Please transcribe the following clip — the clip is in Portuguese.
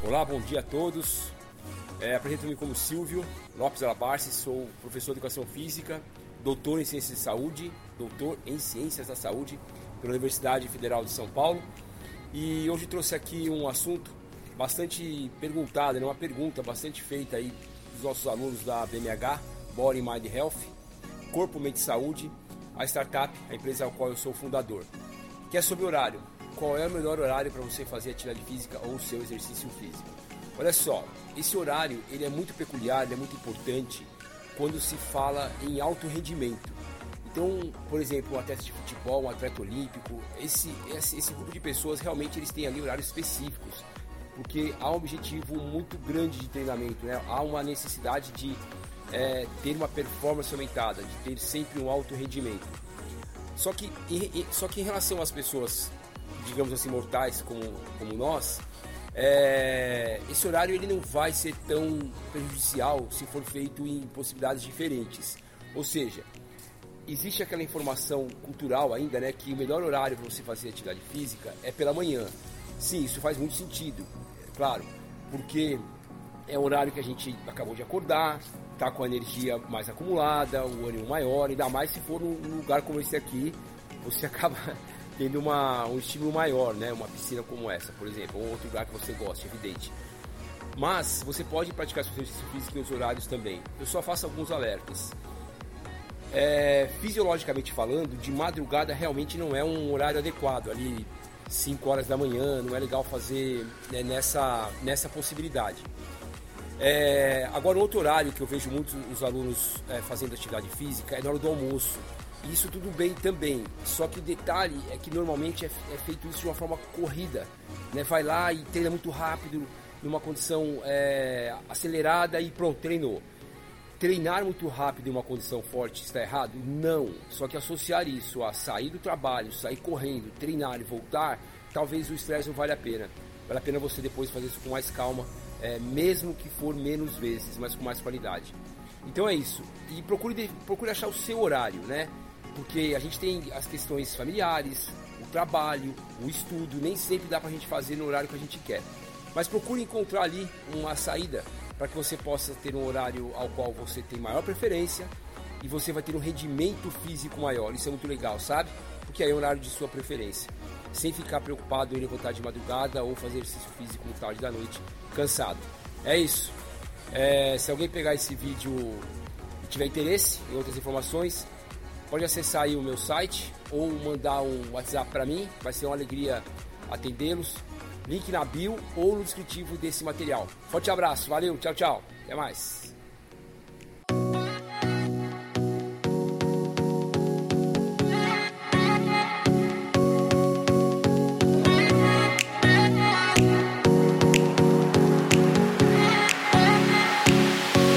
Olá, bom dia a todos. Apresento-me como Silvio Lopes Alabarce, sou professor de Educação Física, doutor em Ciências de Saúde, doutor em Ciências da Saúde pela Universidade Federal de São Paulo. E hoje trouxe aqui um assunto bastante perguntado, uma pergunta bastante feita aí dos nossos alunos da BMH, Body Mind Health, Corpo, Mente e Saúde, a startup, a empresa ao qual eu sou fundador, que é sobre horário. Qual é o melhor horário para você fazer atividade física ou o seu exercício físico? Olha só, esse horário ele é muito peculiar, ele é muito importante quando se fala em alto rendimento. Então, por exemplo, um atleta de futebol, um atleta olímpico, esse grupo de pessoas realmente eles têm ali horários específicos, porque há um objetivo muito grande de treinamento, né? Há uma necessidade de ter uma performance aumentada, de ter sempre um alto rendimento. Só que em relação às pessoas, digamos assim, mortais como nós, esse horário ele não vai ser tão prejudicial se for feito em possibilidades diferentes. Ou seja, existe aquela informação cultural ainda, né, que o melhor horário para você fazer atividade física é pela manhã. Sim, isso faz muito sentido, claro, porque é o horário que a gente acabou de acordar, está com a energia mais acumulada, o ânimo maior, ainda mais se for num lugar como esse aqui, você acaba tendo um estímulo maior, né? Uma piscina como essa, por exemplo, ou outro lugar que você gosta, evidente. Mas você pode praticar seu exercício físico nos horários também. Eu só faço alguns alertas. Fisiologicamente falando, de madrugada realmente não é um horário adequado. Ali 5 horas da manhã, não é legal fazer, né, nessa possibilidade. Agora, outro horário que eu vejo muitos os alunos fazendo atividade física é na hora do almoço. Isso tudo bem também, só que o detalhe é que normalmente é feito isso de uma forma corrida, né? Vai lá e treina muito rápido, numa condição acelerada e pronto, treinou. Treinar muito rápido em uma condição forte está errado? Não, só que associar isso a sair do trabalho, sair correndo, treinar e voltar, talvez o estresse não valha a pena. Vale a pena você depois fazer isso com mais calma, mesmo que for menos vezes, mas com mais qualidade. Então é isso, e procure achar o seu horário, né? Porque a gente tem as questões familiares, o trabalho, o estudo, nem sempre dá pra gente fazer no horário que a gente quer. Mas procure encontrar ali uma saída para que você possa ter um horário ao qual você tem maior preferência e você vai ter um rendimento físico maior. Isso é muito legal, sabe? Porque aí é o horário de sua preferência. Sem ficar preocupado em levantar de madrugada ou fazer exercício físico no tarde da noite, cansado. É isso. Se alguém pegar esse vídeo e tiver interesse em outras informações, pode acessar aí o meu site ou mandar um WhatsApp para mim, vai ser uma alegria atendê-los. Link na bio ou no descritivo desse material. Forte abraço, valeu, tchau, tchau, até mais.